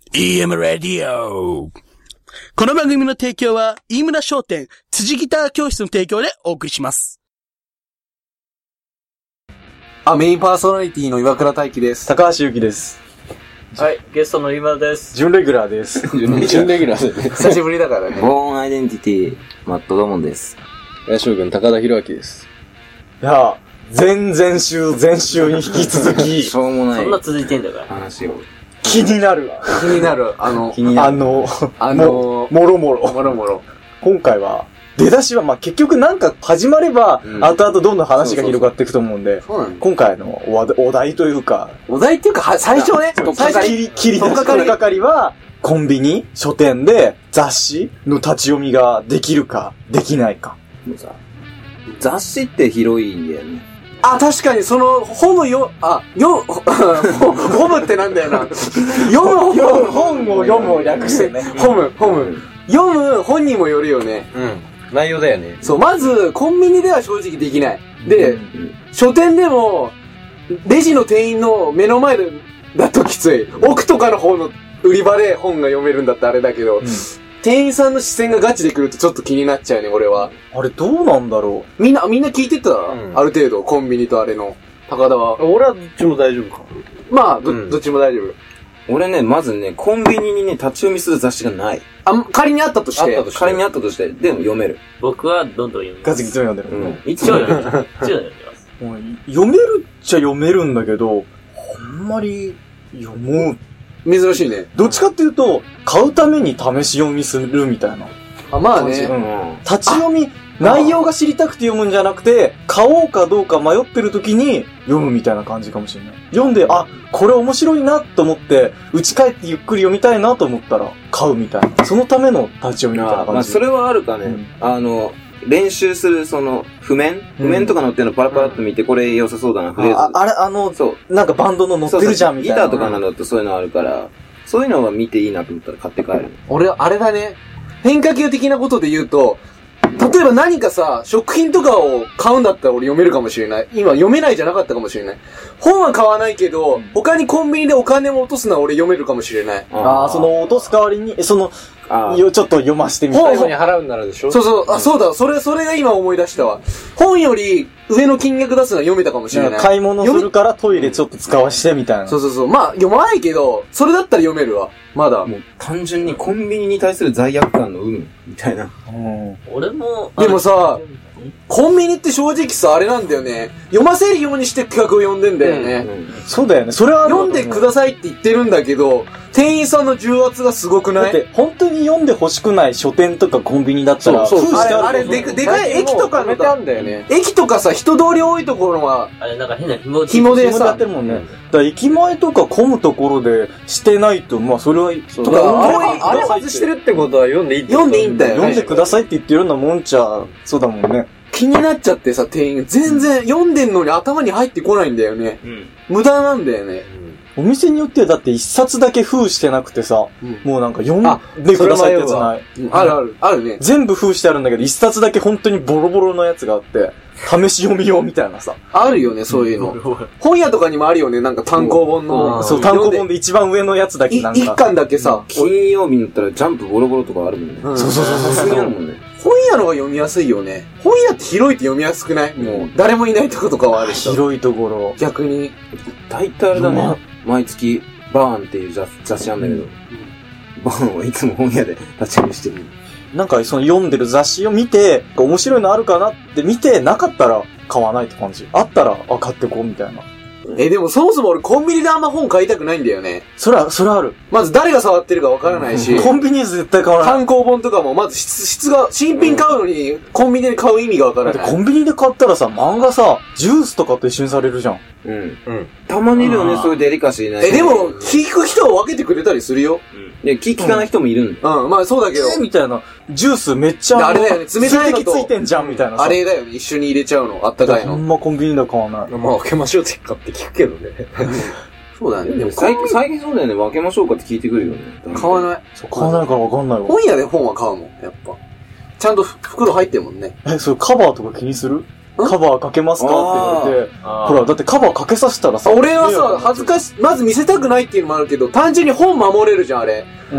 EM ラディオ。この番組の提供は、飯村商店、辻ギター教室の提供でお送りします。 メインパーソナリティの岩倉大輝です。 高橋由紀です。 はい、ゲストの今です。 準レギュラーです。 準レギュラーで久しぶりだからね。 ボーンアイデンティティ、マットドモンです。 将軍、高田博明です。 いや、前週に引き続き。 しょうもない。 そんな続いてんだから。 話を。 気になる。もろもろ。今回は、出だしは、結局なんか始まれば、後々どんどん話が広がっていくと思うんで、今回のお題というか、 最初ね、 切りかかりは、コンビニ、書店で雑誌の立ち読みができるか、できないか。 雑誌って広いんだよね。 確かにホムってなんだよな。 本を読むを略してね。 ホム。読む本にもよるよね。 うん。内容だよね。 そう、まず、コンビニでは正直できない。で、書店でも、レジの店員の目の前だときつい。奥とかの方の売り場で本が読めるんだってあれだけど、店員さんの視線がガチで来るとちょっと気になっちゃうね、俺は。 あれどうなんだろう。みんな聞いてた、ある程度、コンビニとあれの、高田は。 俺はどっちも大丈夫か。 どっちも大丈夫。 俺ね、まずね、コンビニにね、立ち読みする雑誌がない。 仮にあったとして。 仮にあったとして、でも読める。 僕はどんどん読みます。 ガツギツ読んでる。 いつも読める。 読めるっちゃ読めるんだけど、あんまり珍しいね。 どっちかっていうと、買うために試し読みするみたいな。 まあね。 立ち読み、内容が知りたくて読むんじゃなくて、買おうかどうか迷ってる時に読むみたいな感じかもしれない。読んで、これ面白いなと思って、家帰ってゆっくり読みたいなと思ったら買うみたいな。そのための立ち読みみたいな感じ。 それはあるかね。練習する譜面とか載ってるのパラパラっと見て、これ良さそうだな、フレーズ。 そう。なんかバンドの載ってるじゃんみたいな。 ギターとかなんだとそういうのあるから、そういうのは見ていいなと思ったら買って帰る。 俺、あれだね。変化球的なことで言うと、例えば何かさ、食品とかを買うんだったら俺読めるかもしれない。今読めないじゃなかったかもしれない。本は買わないけど、他にコンビニでお金も落とすのは俺読めるかもしれない。 その落とす代わりに、ちょっと読ましてみたい。 最後に払うんならでしょ？ そう、そうだ、それが今思い出したわ。本より上の金額出すのは読めたかもしれない。 買い物するからトイレちょっと使わしてみたいな。 そう。読まないけど、それだったら読めるわ。まだ。 もう単純にコンビニに対する罪悪感の有無みたいな。 俺も。 でもさ、コンビニって正直さ、あれなんだよね。読ませるようにして企画を読んでんだよね。 そうだよね。それは読んでくださいって言ってるんだけど、店員さんの重圧がすごくない？ だって、本当に読んで欲しくない書店とかコンビニだったら、 あれ、でかい駅とかのたんだよね。駅とかさ、人通り多いところは、 あれなんか変な紐でさ、 やってるもんね。だから駅前とか混むところでしてないと、それは、 とか、 あれ外してるってことは読んでいいんだよ。 読んでくださいって言ってるようなもんちゃ、そうだもんね。 気になっちゃってさ、店員全然読んでんのに頭に入ってこないんだよね。無駄なんだよね。 お店によってはだって一冊だけ封してなくてさ、もうなんか読んでくださいってやつない。 あるね。 全部封してあるんだけど、一冊だけ本当にボロボロのやつがあって、試し読み用みたいなさ。 あるよね、そういうの。本屋とかにもあるよね、なんか単行本の。 そう、単行本で一番上のやつだけなんか。 一巻だけさ。 金曜日になったらジャンプボロボロとかあるもんね。 そう。 本屋のが読みやすいよね。本屋って広いって読みやすくない？もう、誰もいないとことかはあるし。 広いところ。 逆に。 大体あれだね。毎月、バーンっていう雑誌あんだけど、バーンはいつも本屋で立ち読みしてる。 なんか読んでる雑誌を見て、面白いのあるかなって見て、なかったら買わないって感じ。あったら、買ってこうみたいな。 でもそもそも俺コンビニであんま本買いたくないんだよね。 それはある。 まず誰が触ってるかわからないし。 コンビニで絶対買わない。 単行本とかも、まず質が、新品買うのに、コンビニで買う意味がわからない。 コンビニで買ったらさ、漫画さ、ジュースとかと一緒にされるじゃん。 たまにいるよね、そういうデリカシーない。 でも、聞く人は分けてくれたりするよ。 聞かない人もいるんだ。 まあそうだけど。 みたいな、ジュースめっちゃあれだよね、冷たいのと。 ついてんじゃんみたいな。 あれだよね、一緒に入れちゃうの、あったかいの。 あんまコンビニで買わない。 分けましょうって買って聞くけどね。 そうだね。 でも最近そうだよね、分けましょうかって聞いてくるよね。 買わない。 買わないから分かんないわ。 本屋で本は買うもん、やっぱ。ちゃんと袋入ってるもんね。 それカバーとか気にする？ カバーかけますかって言われて、ほら、だってカバーかけさせたらさ、 俺はさ、恥ずかし、まず見せたくないっていうのもあるけど、単純に本守れるじゃん、あれ。 うん。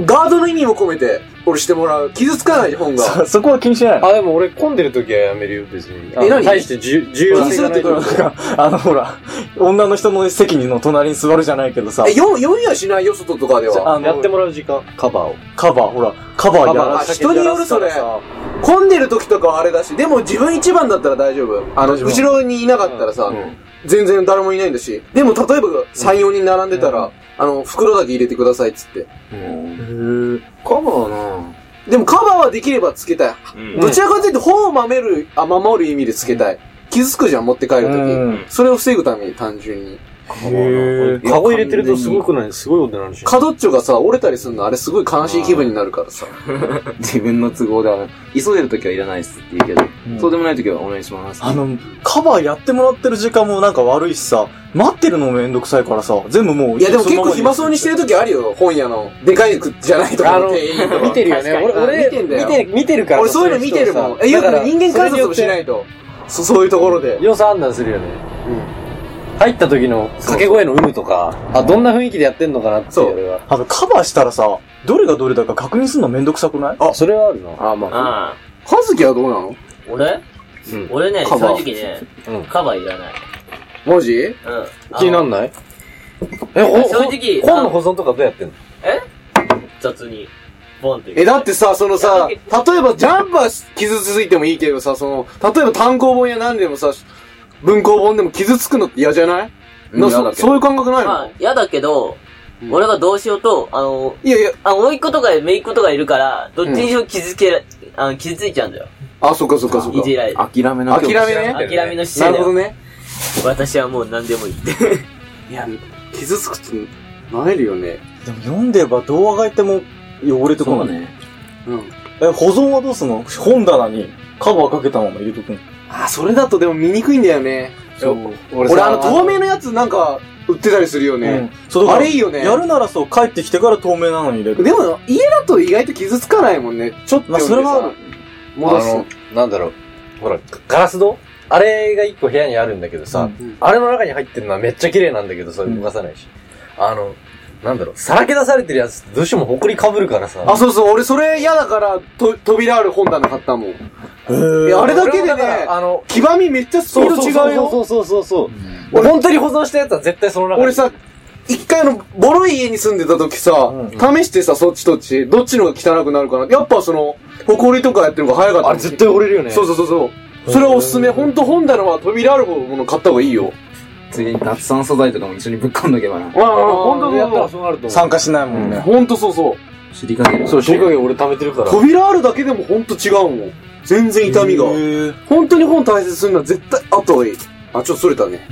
ガードの意味も込めて、俺してもらう。傷つかないじゃん、本が。 そこは気にしない。 あ、でも俺混んでる時はやめるよ、別に。 何対して重要性がない。 ほら、女の人の席の隣に座るじゃないけどさ。 読みはしないよ、外とかでは。 やってもらう時間、カバーを。 カバー、ほら、カバーやら人によるそれ。混んでる時とかはあれだし、でも自分一番だったら大丈夫。後ろにいなかったらさ、全然誰もいないんだし。でも例えば3、4人並んでたら、袋だけ入れてくださいっつって。 カバーなでもカバーはできればつけたい。どちらかというと本を守る意味でつけたい。傷つくじゃん、持って帰る時。それを防ぐために単純に。 カゴ入れてるとすごくない？すごいことになるし。 カドッチョがさ、折れたりするの、あれすごい悲しい気分になるからさ。 自分の都合で急いでる時はいらないっすって言うけど、そうでもない時はお願いします。 カバーやってもらってる時間もなんか悪いしさ、待ってるのもめんどくさいからさ、全部もう。 いやでも結構暇そうにしてる時あるよ、本屋の。でかいじゃないとか見てるよね。俺、見てんだよ。見てるから。 俺そういうの見てるもん。よく人間観察もしないと。そういうところで。 要素判断するよね。入った時の掛け声の有無とか、どんな雰囲気でやってんのかなっていうのが。 カバーしたらさ、どれがどれだか確認するのめんどくさくない？ それはあるな。 まあ。はずきはどうなの？ 俺ね、正直ね、カバーいらない。 マジ？ 気になんない？ 正直。 本の保存とかどうやってんの？ 雑に。ボンって。 だってさ、例えばジャンパー傷ついてもいいけどさ、例えば単行本や何でもさ、文庫本でも傷つくのって嫌じゃない？そういう感覚ないの？ 嫌だけど、俺がどうしようと、甥っ子とか姪っ子とかいるから、どっちにしろ傷ついちゃうんだよ。 そっか。 いじられる。 諦めの姿勢だよ。 なるほどね。 私はもう何でもいいって。 いや、傷つくと、なれるよね。 でも読んでれば動画がいても汚れてこないね。保存はどうすんの？本棚にカバーかけたまま入れとくの？ それだとでも見にくいんだよね。俺透明のやつなんか売ってたりするよね。あれいいよね。 やるならそう、帰ってきてから透明なのに入れる。 でも、家だと意外と傷つかないもんね。ちょっと。 それは、 戻す。 なんだろう。ほら、ガラス戸？あれが一個部屋にあるんだけどさ、あれの中に入ってるのはめっちゃ綺麗なんだけどさ、動かさないし。なんだろう、さらけ出されてるやつってどうしても埃被るからさ。 そう、俺それ嫌だから、扉ある本棚買ったもん。あれだけでね、黄ばみめっちゃスピード違うよ。 そう。本当に保存したやつは絶対その中に。 俺さ、一回ボロい家に住んでた時さ、試してさ、そっちどっちのが汚くなるかな。やっぱ埃とかやってる方が早かった。 あれ絶対汚れるよね。 そう。それはおすすめ。ほんと本棚は扉あるもの買った方がいいよ。 次に脱酸素剤とかも一緒にぶっ込んどけばな。 ほんとやったらそうなると思う。 参加しないもんね。 ほんとそう。 知りかけそう、知りかけ俺貯めてるから。 扉あるだけでもほんと違うもん。全然痛みが。ほんとに本大切にするのは絶対あった方がいい。ちょっとそれたね。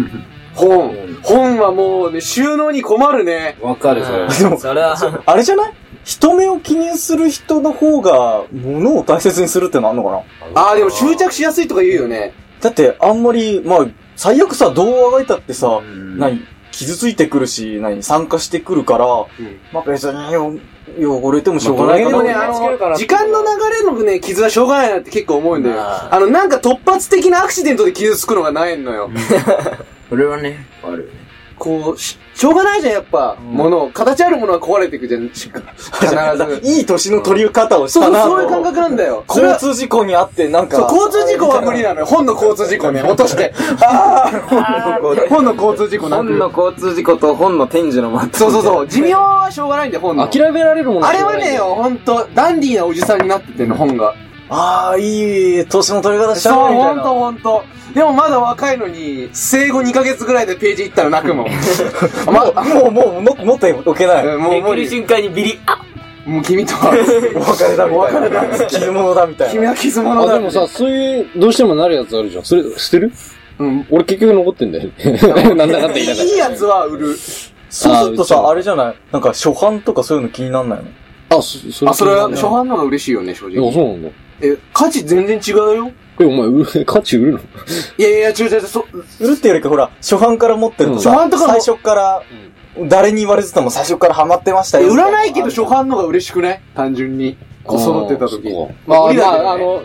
本はもうね、収納に困るね。 わかる、それ。 でも、 それは、 あれじゃない？人目を気にする人の方が、物を大切にするってのあんのかな？ でも執着しやすいとか言うよね。 だって、あんまり、最悪さ、どうあがいたってさ、傷ついてくるし、参加してくるから、別に汚れてもしょうがないかな。 でもね、時間の流れのね、傷はしょうがないなって結構思うんだよ。なんか突発的なアクシデントで傷つくのがないのよ。 それはね、あるよね。 しょうがないじゃん、やっぱ。形あるものは壊れていくじゃん、必ず。 いい年の取り方をしたな。 そういう感覚なんだよ。 交通事故にあって、交通事故は無理なのよ。本の交通事故ね、落として。本の交通事故なん本の交通事故と本の展示のマット。 そう。寿命はしょうがないんだよ、本の。 諦められるものあれはね、ほんと、ダンディーなおじさんになっててんの、本が。 いい年の取り方したそう、ほんと。でもまだ若いのに、生後2ヶ月ぐらいでページ行ったら泣くもん。 もう持っておけない。 めくる瞬間にビリッ。 もう君とは、 お別れだ。傷物だみたいな。 君は傷物だ。 でもさ、そういう、どうしてもなるやつあるじゃん。それ、捨てる？俺結局残ってんだよ。なんだかんだ言いながら。 いいやつは売る。 そうするとさ、あれじゃない？初版とかそういうの気になんないの？ それは初版の方が嬉しいよね、正直。 そうなんだ。 価値全然違うよ。 お前、価値売るの？ いや、違う、 売るってよりか、ほら、初版から持ってるとさ、最初から、誰に言われてたも最初からハマってましたよ。 売らないけど初版のが嬉しくない？単純に。揃ってた時。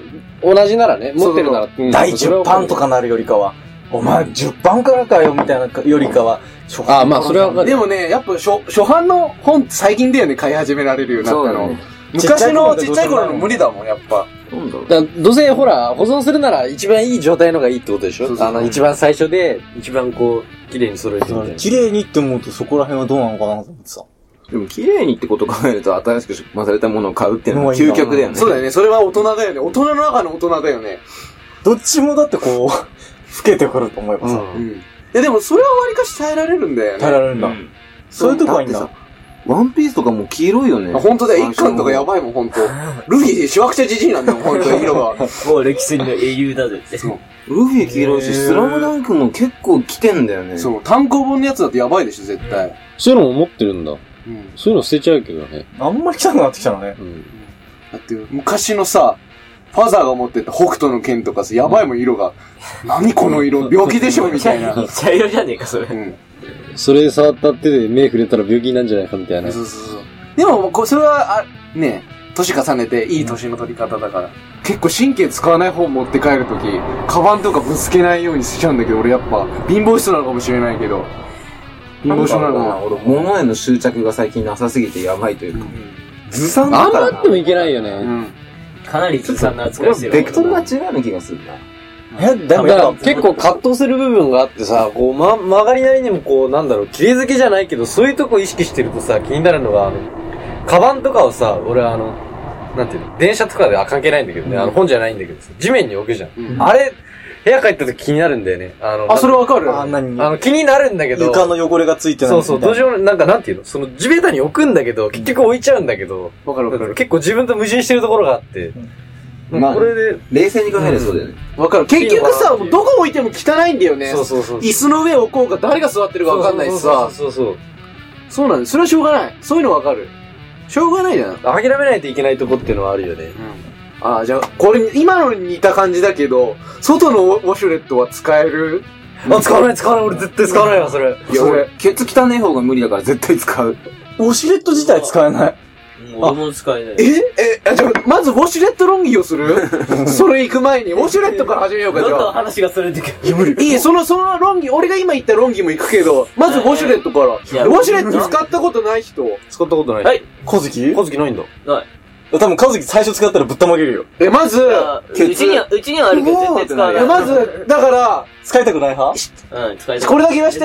同じならね、持ってるなら。 第10版とかなるよりかは、お前10版からかよみたいなよりかは、 あ、まあそれはわかる。 でもね、やっぱ初版の本って最近だよね、買い始められるようになったの。昔のちっちゃい頃の無理だもん、やっぱ。 どうせほら、保存するなら一番いい状態のがいいってことでしょ？一番最初で、一番こう、綺麗に揃えてみたいな。 綺麗にって思うとそこら辺はどうなのかなと思ってさ。 でも綺麗にってことを考えると新しく出版されたものを買うっていうのは究極だよね。 そうだよね。それは大人だよね。大人の中の大人だよね。 どっちもだってこう、老けてくると思えばさ。 いやでもそれは割かし耐えられるんだよね。 耐えられるんだ。そういうとこはいいんだ。 ワンピースとかも黄色いよね。 本当だよ。一巻とかやばいもん、本当。ルフィ、しわくちゃじじいなんだもん、本当に色が。 もう歴史の英雄だぜって。 そう。 ルフィ黄色いし、スラムダンクも結構来てんだよね。 そう。単行本のやつだってやばいでしょ、絶対。 そういうのも持ってるんだ。そういうの捨てちゃうけどね。 あんまり汚くなってきたのね。 だって、昔のさ、ファザーが持ってた北斗の剣とかさ、やばいもん、色が。何この色、病気でしょみたいな。 茶色じゃねえか、それ。 それで触った手で目触れたら病気なんじゃないかみたいな。 そう。でも、それは、ね、年重ねていい年の取り方だから。結構神経使わない本持って帰るとき、カバンとかぶつけないようにしちゃうんだけど、俺やっぱ、貧乏人なのかもしれないけど。貧乏症なのかな。 俺、物への執着が最近なさすぎてやばいというか。ずさんだから。 あんまってもいけないよね。 かなりずさんな扱いしてる。 ベクトルが違うような気がするな。 でも結構葛藤する部分があってさ、こう、曲がりなりにもこう、なんだろう、綺麗好きじゃないけど、そういうとこ意識してるとさ、気になるのが、カバンとかをさ、俺なんていうの、電車とかでは関係ないんだけどね、本じゃないんだけどさ、地面に置くじゃん。あれ、部屋帰った時気になるんだよね。 それわかる？ 気になるんだけど。 床の汚れがついてない。 そう、どうしようもなんていうの、その地べたに置くんだけど、結局置いちゃうんだけど。 わかる。 結構自分と矛盾してるところがあって。これで。 冷静に考えるとそうだよね。 わかる。結局さ、どこ置いても汚いんだよね。 そう。 椅子の上置こうか、誰が座ってるかわかんないしさ。 そう。 そうなんです。それはしょうがない。そういうのわかる。しょうがないじゃん。 諦めないといけないとこっていうのはあるよね。 じゃあ、これ、今のに似た感じだけど、外のウォシュレットは使える？ 使わない。俺絶対使わないわ、それ。 いや、俺、ケツ汚い方が無理だから絶対使う。 ウォシュレット自体使えない。 俺も使えない。 じゃあ、まずウォシュレット論議をするそれ行く前に、ウォシュレットから始めようか、じゃあ。 どんどん話がそれてくる。 いや、無理。いい、その論議、俺が今言った論議も行くけど、まずウォシュレットから。ウォシュレット使ったことない人。 使ったことない。 はい。 小月ないんだ。 ない。 多分、和樹最初使ったらぶったまげるよ。 まず、 うちにはあるけど絶対使わない。 まず、だから、 使いたくない派？ 使いたくない。 これだけ言わして。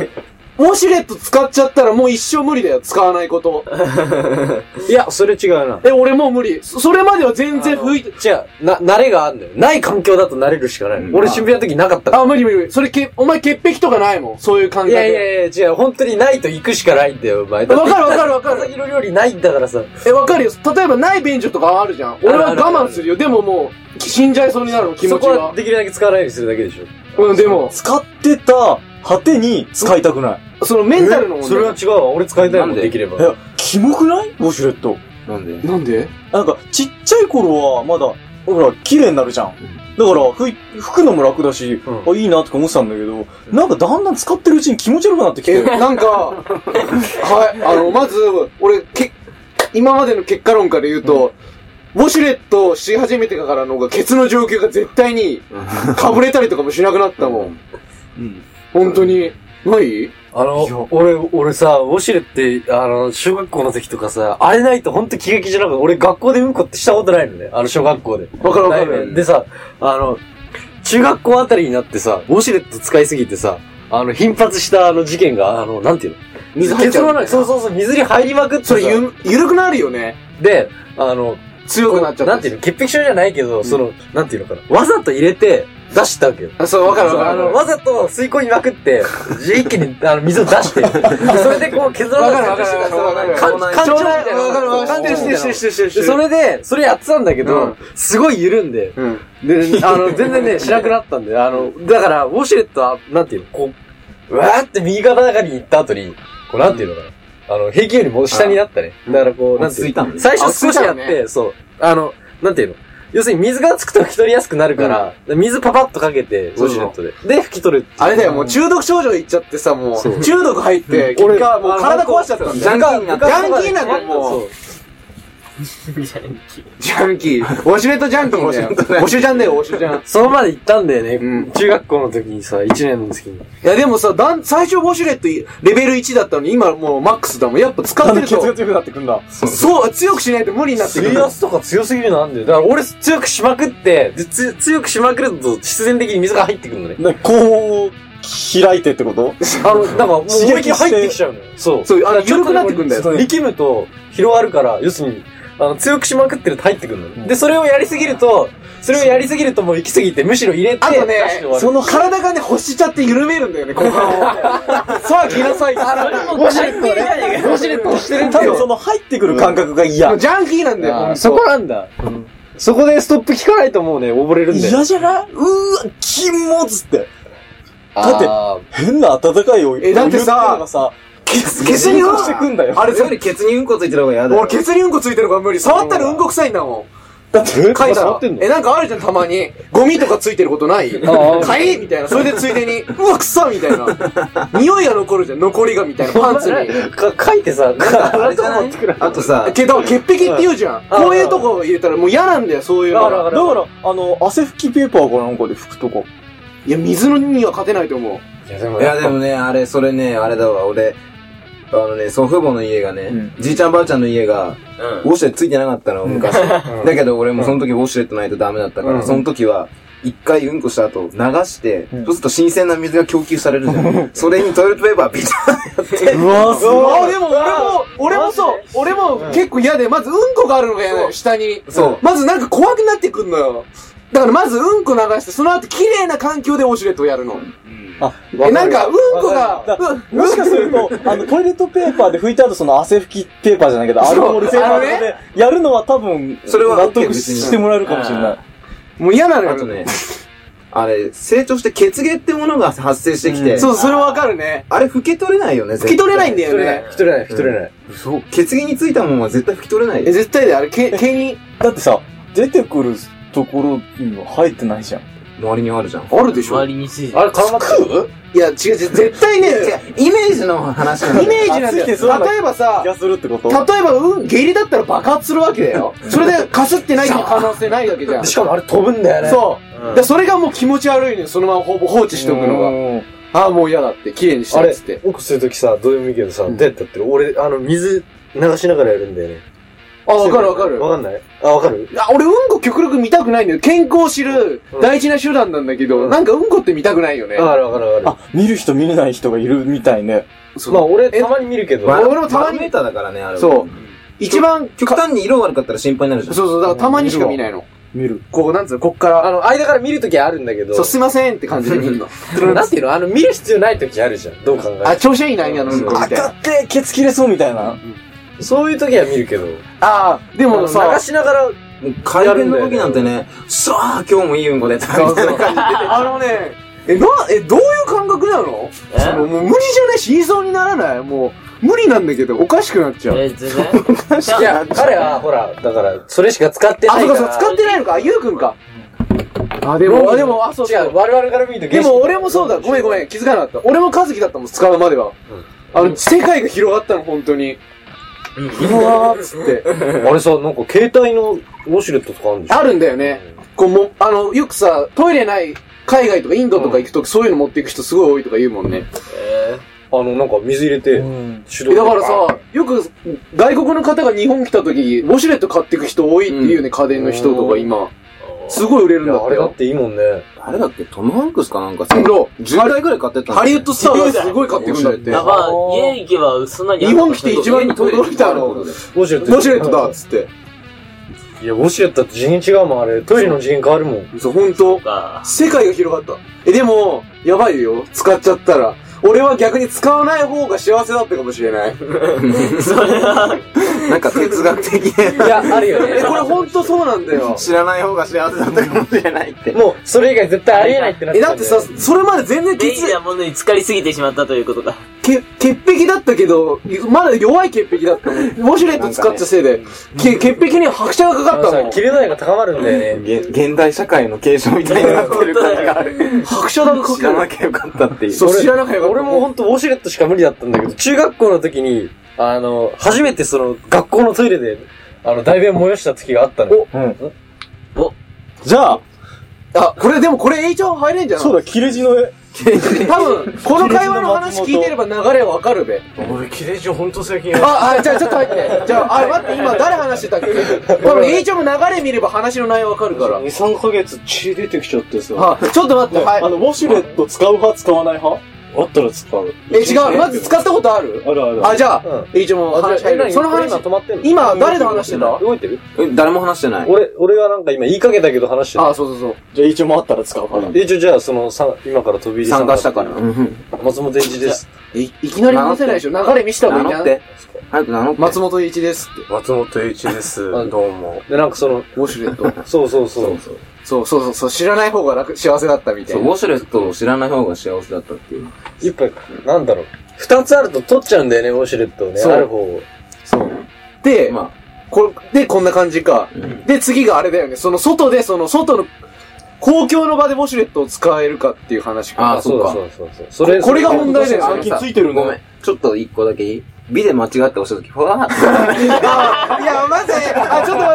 ウォシュレット使っちゃったらもう一生無理だよ、使わないこと。 いや、それ違うな。 俺もう無理。それまでは全然吹いて。 違う、慣れがあんだよ。ない環境だと慣れるしかない。俺、新聞の時なかったから。 無理。それお前潔癖とかないもん。そういう感覚。 いや、違う、本当にないと行くしかないんだよ、お前。 わかる。 佐々木の料理ないんだからさ。 わかるよ。例えばない便所とかあるじゃん。俺は我慢するよ。でももう、死んじゃいそうになるの、気持ちが。 そこはできるだけ使わないようにするだけでしょ。 でも。 使ってた果てに使いたくない。 そのメンタルの問題。 それは違うわ。俺使いたいもんできれば。 いや、キモくない？ウォシュレット。 なんで？ なんか、ちっちゃい頃はまだ、ほら、綺麗になるじゃん。だから、拭くのも楽だし、いいなとか思ってたんだけど、なんかだんだん使ってるうちに気持ち悪くなってきて。 なんか、まず、俺、今までの結果論から言うと、ウォシュレットし始めてからの方がケツの状況が絶対に、かぶれたりとかもしなくなったもん。本当に。ない俺さ、ウォシュレって、小学校の時とかさ、あれないとほんと気が気じゃなくて、俺学校でうんこってしたことないのね。小学校で。 わかる。 でさ、中学校あたりになってさ、ウォシュレット使いすぎてさ、頻発した事件が、なんていうの？ 水入っちゃう。 そう、水に入りまくってさ。 それ緩くなるよね。 で、 強くなっちゃった。 なんていうの？潔癖症じゃないけど、なんていうのかな。わざと入れて、出したわけよ。 そう、わかる。 わざと吸い込みまくって、一気に水を出して、それでこう削らなくて、感情みたいな。感情して。それで、それやってたんだけど、すごい緩んで、で、全然ね、しなくなったんで、だから、ウォシュレットは、なんていうの、こう、うわーって右肩上がりに行った後に、こう、なんていうのかな。平均よりも下になったね。だからこう、なんていうの、最初少しやって、そう、なんていうの、要するに水がつくと拭き取りやすくなるから、水パパッとかかけて、ウォシュレットで。で、拭き取る。 あれだよ、もう中毒症状いっちゃってさ、もう、中毒入って、俺がもう体壊しちゃったんだよ。 ジャンキーになって。 もう。 ジャンキー。ウォシュレットジャンキーだよ。ウォシュジャンだよ、ウォシュジャン。 そのまで行ったんだよね。中学校の時にさ、1年の時に。 いやでもさ、最初ウォシュレットレベル1だったのに、今もうマックスだもん。やっぱ使ってると。 血が強くなってくんだ。 そう、強くしないと無理になってくる。 水圧とか強すぎるのなんだよ。だから俺強くしまくって、で強くしまくると必然的に水が入ってくるのね。 こう、開いてってことなんかもう思いっきり入ってきちゃうのよ。そう。 そう、緩くなってくんだよ。 力むと広がるから、要するに、強くしまくってると入ってくるのね。で、それをやりすぎるともう行き過ぎて、むしろ入れて、 あとね、その体がね、欲しちゃって緩めるんだよね、股間を。さあ、来なさい。 ウォシュレットしてるんだよ。 多分その入ってくる感覚が嫌。 ジャンキーなんだよ。 そこなんだ。そこでストップ効かないともうね、溺れるんだよ。 嫌じゃないうーわ、キモっつって。だって、変な温かいお湯。 だってさ、ケツにうんこしてくんだよ。 あれ、それケツにうんこついてる方が嫌だよ。 俺、ケツにうんこついてるから無理。触ったらうんこ臭いんだもん。だって、書いたら。なんかあるじゃん、たまに。ゴミとかついてることないかいみたいな。それでついでに、うわ、くさみたいな。匂いが残るじゃん、残りがみたいな。パンツに。 書いてさ、 あとさ、 けど、潔癖って言うじゃん。こういうとこ入れたらもう嫌なんだよ、そういうの。 だから、汗拭きペーパーかなんかで拭くとか。 いや、水には勝てないと思う。 いや、でもね、あれだわ、俺、祖父母の家がね、じいちゃんばあちゃんの家が、ウォシュレットついてなかったの、昔。だけど俺もその時ウォシュレットないとダメだったから、その時は、一回うんこした後流して、そうすると新鮮な水が供給されるじゃん。それにトイレットペーパービターやって。 うわ、すごい。 でも俺もそう。俺も結構嫌で、まずうんこがあるのが嫌だよ、下に。そう。まずなんか怖くなってくんのよ。だからまずうんこ流して、その後綺麗な環境でウォシュレットをやるの。なんか、うんこが、 もしかすると、トイレットペーパーで拭いた後その汗拭きペーパーじゃないけど、アルコールペーパーでやるのは多分、 それは納得してもらえるかもしれない。 もう嫌なのよ。 あとね、あれ、成長して血毛ってものが発生してきて。 そう、それわかるね。 あれ拭き取れないよね、 拭き取れないんだよね。 拭き取れない。 そう。血毛についたものは絶対拭き取れない。 絶対だよ、あれ、毛に。 だってさ、出てくるところには生えてないじゃん。 周りにあるじゃん。 あるでしょ。 周りについて。 あれ絡まってる？ いや、違う、絶対ね、 イメージの話なんだよ。 イメージなんだよ。例えばさ、 気がするってこと？ 例えば、下痢だったら爆発するわけだよ。それで、かすってないって可能性ないわけじゃん。 しかもあれ飛ぶんだよね。 そう。で、それがもう気持ち悪いのよ、そのまま放置しておくのが。ああ、もう嫌だって、綺麗にしたっつって。 奥するときさ、どうでもいいけどさ、どうやってやってる？俺、水流しながらやるんだよね。 あ、わかるわかる。 わかんない？あ、わかる？ 俺、うんこ極力見たくないんだよ。健康を知る大事な手段なんだけど、なんかうんこって見たくないよね。 わかるわかるわかる。 あ、見る人見れない人がいるみたいね。 まあ俺、たまに見るけど。 俺もたまに。 メーターだからね、あれ。 そう。一番、 極端に色悪かったら心配になるじゃん。 そうそう、だからたまにしか見ないの。 見る。 こう、なんつうの、こっから。 間から見るときあるんだけど。 そう、すいませんって感じで見るの。 なんていうの見る必要ないときあるじゃん。どう考える？ あ、調子いいな、うんこみたいな。 当たってケツ切れそうみたいな。 そういうときは見るけど。 ああ、でもさ、 流しながら、 会見の時なんてね、さあ、今日もいいうんこで、みたいな感じで。 どういう感覚なの？もう無理じゃないし、言いそうにならないもう、無理なんだけど、おかしくなっちゃう。 全然。 いや、彼は、ほら、だから、それしか使ってないから。 あ、そうか、使ってないのか。ゆうくんか。あ、でも、そう違う、我々から見るとでも俺もそうだ。ごめん、気づかなかった。俺も和樹だったもん、使うまでは。世界が広がったの、本当に。うわーっつって。 あれさ、なんか携帯のウォシュレットとかあるんでしょ？ あるんだよね。こうも、よくさ、トイレない海外とかインドとか行くとそういうの持っていく人すごい多いとか言うもんね。 なんか水入れて、 手動で。だからさ、よく外国の方が日本来た時、ウォシュレット買っていく人多いっていうね、家電の人とか今。すごい売れるんだって。 あれだっていいもんね。 あれだっけトムハンクスかなんかさ、10台ぐらい買ってた。 ハリウッドスターがすごい買ってくんだって。 やっぱ、家行けばそんなに。 日本来て一番に驚いたの。ウォシュレットだっつって。 いや、ウォシュレットだって次元違うもん、あれ。トイレの次元変わるもん。 そう、ほんと。世界が広がった。でも、やばいよ。使っちゃったら。俺は逆に使わない方が幸せだったかもしれない。それは、 なんか哲学的な。いや、あるよね。 これほんとそうなんだよ。 知らない方が幸せだったかもしれないって。 もう、それ以外絶対ありえないってなって。 だってさ、それまで全然便利なものに浸かりすぎてしまったということか。 潔癖だったけど、まだ弱い潔癖だったもん。ウォシュレット使ったせいで、潔癖に拍車がかかったもん。 切れないが高まるんだよね。 現代社会の継承みたいになってる感じがある。 拍車がかかる。 知らなきゃよかったっていう。 そう、知らなきゃよかった。 俺もほんとウォシュレットしか無理だったんだけど、中学校の時に、初めてその、学校のトイレで、 代弁催した時があったのよ。 じゃあ、 これ A ちゃん入れんじゃん。 そうだ、切れ字の絵。 多分、この会話の話聞いてれば流れわかるべ。 俺、切れ字ほんと最近じゃあちょっと待って。じゃあ、待って、今誰話してたっけ？多分 A ちゃんも流れ見れば話の内容わかるから。 2、3ヶ月血出てきちゃってさ。 ちょっと待って、はい。 ウォシュレット使う派使わない派あったら使う。 違う、まず使ったことある？ ある。 じゃあ、A ちゃんも話入る。その話、今誰と話してた？ 動いてる？ 誰も話してない。 俺がなんか今言いかけたけど話してる。 そう。 じゃあ A ちゃんもあったら使う派。 じゃあ今から飛び入り参加したから。 松本一です。 いきなり話せないでしょ。流れ見した方がいいんじゃない？ 早く名乗って。 松本一ですって。 松本一です。どうも。で、なんかウォシュレット。 そう。 知らない方が幸せだったみたいな。 ウォシュレットを知らない方が幸せだったっていう。 やっぱ、なんだろう。二つあると取っちゃうんだよね、ウォシュレットをね。ある方を。 そう。で、こんな感じか。で、次があれだよね。外の、公共の場でウォシュレットを使えるかっていう話か。 そう。 これが問題だよ。 最近ついてるの。 ごめん。ちょっと一個だけいい？ビで間違って押したとき、ふわーって。 いや、待って、ちょっと待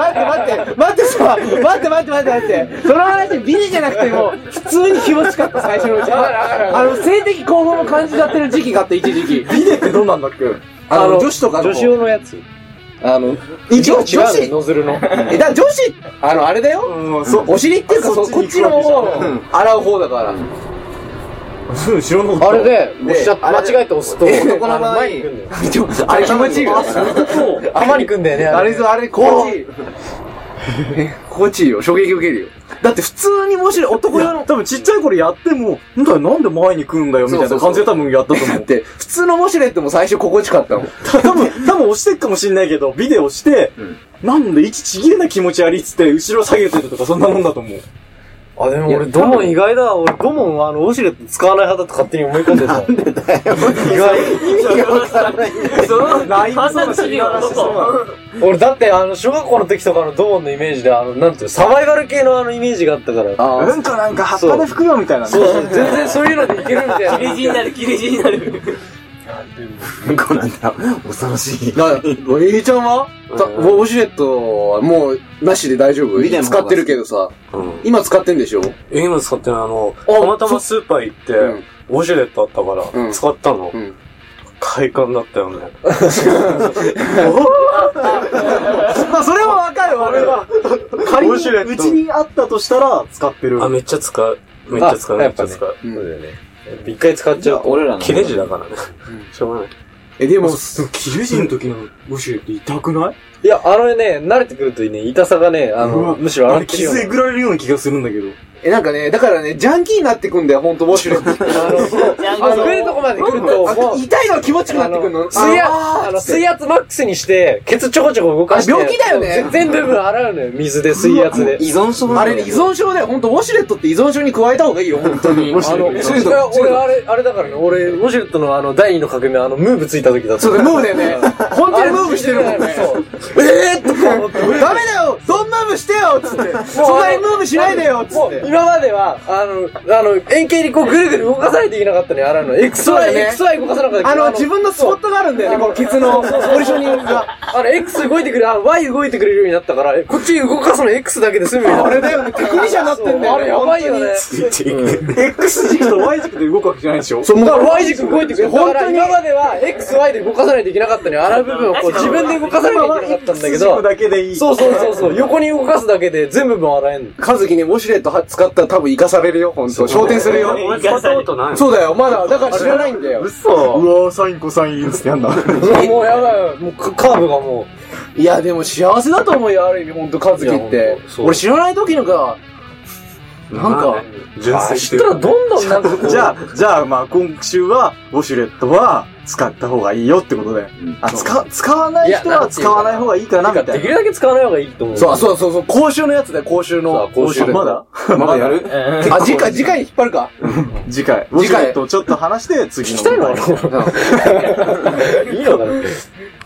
って。その話、ビリじゃなくても、普通に気持ちかった、最初のうち。性的興奮を感じちゃってる時期があった、一時期。 ビデってどうなんだっけ？ 女子とかの。 女子用のやつ。 一応、 女子ノズルの。 女子、あれだよ。お尻っていうか、こっちの方を洗う方だから。 後ろのあれで、間違えて押すと、 男の場合、あれ気持ちいいよ。 浜に来んだよね、 あれ心地いい。心地いいよ。衝撃受けるよ。だって普通にもし男用の。 多分ちっちゃい頃やっても、なんで前に来るんだよみたいな感じで多分やったと思う。 だって普通のウォシュレットも最初心地かったもん。 多分押してっかもしんないけど、ビデオして、なんで位置ちぎれな気持ち悪いっつって後ろ下げてるとかそんなもんだと思う。 でも俺、ドモン意外だ。俺、ドモンウォシュレット使わない派だと勝手に思い込んでさ。なんでだよ。意外。 意味がわからないんだよ。 内部そうな知り話そうなの。 俺、だって、小学校の時とかのドモンのイメージで、なんていうサバイバル系のイメージがあったから。 うんとなんか葉っぱで拭くよみたいな。 そう、全然そういうのでいけるみたいな。 切れ字になる。 こうなんだ。恐ろしい。 A ちゃんはウォシュレットはもう、なしで大丈夫？使ってるけどさ。今使ってんでしょ？ 今使ってないたまたまスーパー行って、ウォシュレットあったから、使ったの。快感だったよね。 それはわかる俺は。 仮にうちにあったとしたら使ってる。 めっちゃ使う。めっちゃ使う。 そうだよね。一回使っちゃうと。 俺らの。 切れ字だからね。しょうがない。 でも、 切れ字の時のウォシュレット痛くない？ いや、慣れてくるとね、痛さがね、むしろあれ傷えぐられるような気がするんだけど。 なんかね、だからね、ジャンキーになってくんだよ、ほんと、ウォシュレット。 上るとこまで来ると、 痛いのは気持ちよくなってくんの。 水圧マックスにして、ケツちょこちょこ動かして。 病気だよね。 全部洗うのよ、水で、水圧で。 依存症あれね、依存症だよ。ほんと、ウォシュレットって依存症に加えた方がいいよ、ほんとに。 俺、あれだからね、俺、ウォシュレットの第2の革命、ムーブついた時だった。 そうだ、ムーブだよね。ほんとにムーブしてるもんね。とか思って。ダメだよドンムーブしてよつって。そんなにムーブしないでよつって。 今までは、円形にこうぐるぐる動かさないといけなかったね、洗うの。XY 動かさなかった。 自分のスポットがあるんだよね、このケツのポジショニングが。 X 動いてくれ、Y 動いてくれるようになったから、こっち動かすの X だけで済むようになった。 あれだよね、テクニシャンになってんだよね。 あれやばいよね。 X 軸と Y 軸で動くわけじゃないでしょ？ そう、だから Y 軸動いてくれる。だから今までは XY で動かさないといけなかったのよ。洗う部分をこう自分で動かさないといけなかったんだけど。 軸だけでいい。 そう。横に動かすだけで全部も洗えんの。 カズキね、ウォシュレット使ったら多分活かされるよ、ほんと。昇天するよ。 俺使ったことない。 そうだよ、まだ、だから知らないんだよ。 嘘。うわー、サインコサインつってやんだ。 もうやばいよ。もうカーブがもう。いや、でも幸せだと思うよ、ある意味、ほんと、カズキって。俺知らない時のが、なんか、 純粋してる。知ったらどんどんなんかじゃあ、まあ今週は、ウォシュレットは使った方がいいよってことで。使わない人は使わない方がいいかなみたいな。 できるだけ使わない方がいいと思う。 そう、公衆のやつだよ、公衆の。 公衆まだやる？ 次回に引っ張るか。 次回。ウォシュレットをちょっと話して、次の。 聞きたいのいいのかなって。